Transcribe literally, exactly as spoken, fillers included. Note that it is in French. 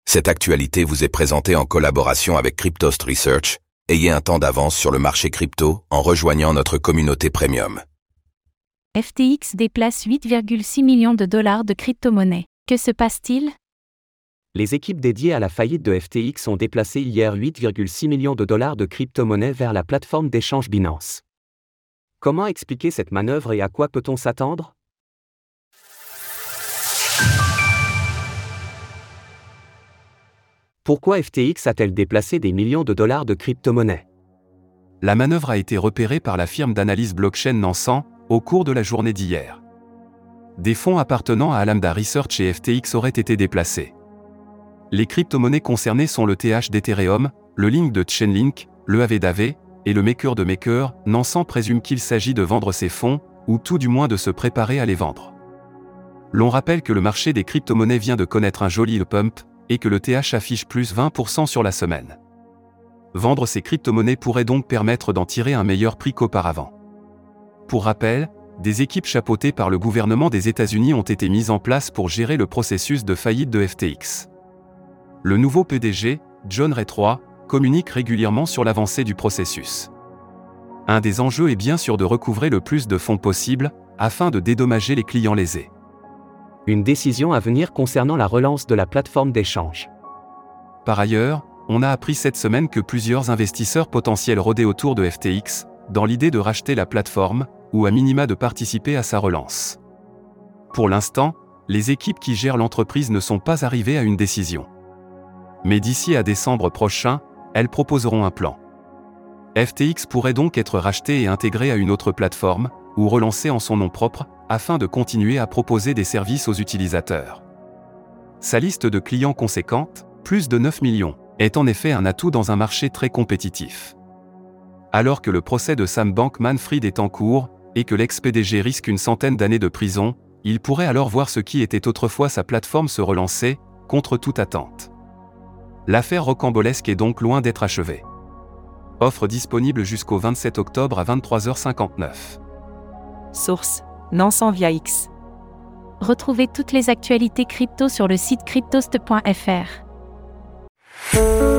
Cette actualité vous est présentée en collaboration avec Cryptost Research. Ayez un temps d'avance sur le marché crypto en rejoignant notre communauté premium. F T X déplace huit virgule six millions de dollars de crypto-monnaies. Que se passe-t-il ? Les équipes dédiées à la faillite de F T X ont déplacé hier huit virgule six millions de dollars de crypto-monnaies vers la plateforme d'échange Binance. Comment expliquer cette manœuvre et à quoi peut-on s'attendre ? Pourquoi F T X a-t-elle déplacé des millions de dollars de crypto-monnaies ? La manœuvre a été repérée par la firme d'analyse blockchain Nansen au cours de la journée d'hier. Des fonds appartenant à Alameda Research et F T X auraient été déplacés. Les crypto-monnaies concernées sont le T H d'Ethereum, le Link de Chainlink, le A V d'A V et le Maker de Maker. Nansen présume qu'il s'agit de vendre ces fonds, ou tout du moins de se préparer à les vendre. L'on rappelle que le marché des crypto-monnaies vient de connaître un joli pump, et que le T H affiche plus vingt pour cent sur la semaine. Vendre ces crypto-monnaies pourrait donc permettre d'en tirer un meilleur prix qu'auparavant. Pour rappel, des équipes chapeautées par le gouvernement des États-Unis ont été mises en place pour gérer le processus de faillite de F T X. Le nouveau P D G, John Ray trois, communique régulièrement sur l'avancée du processus. Un des enjeux est bien sûr de recouvrer le plus de fonds possible, afin de dédommager les clients lésés. Une décision à venir concernant la relance de la plateforme d'échange. Par ailleurs, on a appris cette semaine que plusieurs investisseurs potentiels rôdaient autour de F T X, dans l'idée de racheter la plateforme, ou à minima de participer à sa relance. Pour l'instant, les équipes qui gèrent l'entreprise ne sont pas arrivées à une décision. Mais d'ici à décembre prochain, elles proposeront un plan. F T X pourrait donc être racheté et intégré à une autre plateforme, ou relancé en son nom propre, afin de continuer à proposer des services aux utilisateurs. Sa liste de clients conséquente, plus de neuf millions, est en effet un atout dans un marché très compétitif. Alors que le procès de Sam Bankman-Fried est en cours, et que l'ex-P D G risque une centaine d'années de prison, il pourrait alors voir ce qui était autrefois sa plateforme se relancer, contre toute attente. L'affaire rocambolesque est donc loin d'être achevée. Offre disponible jusqu'au vingt-sept octobre à vingt-trois heures cinquante-neuf. Source: Nansen via X. Retrouvez toutes les actualités crypto sur le site cryptost point f r.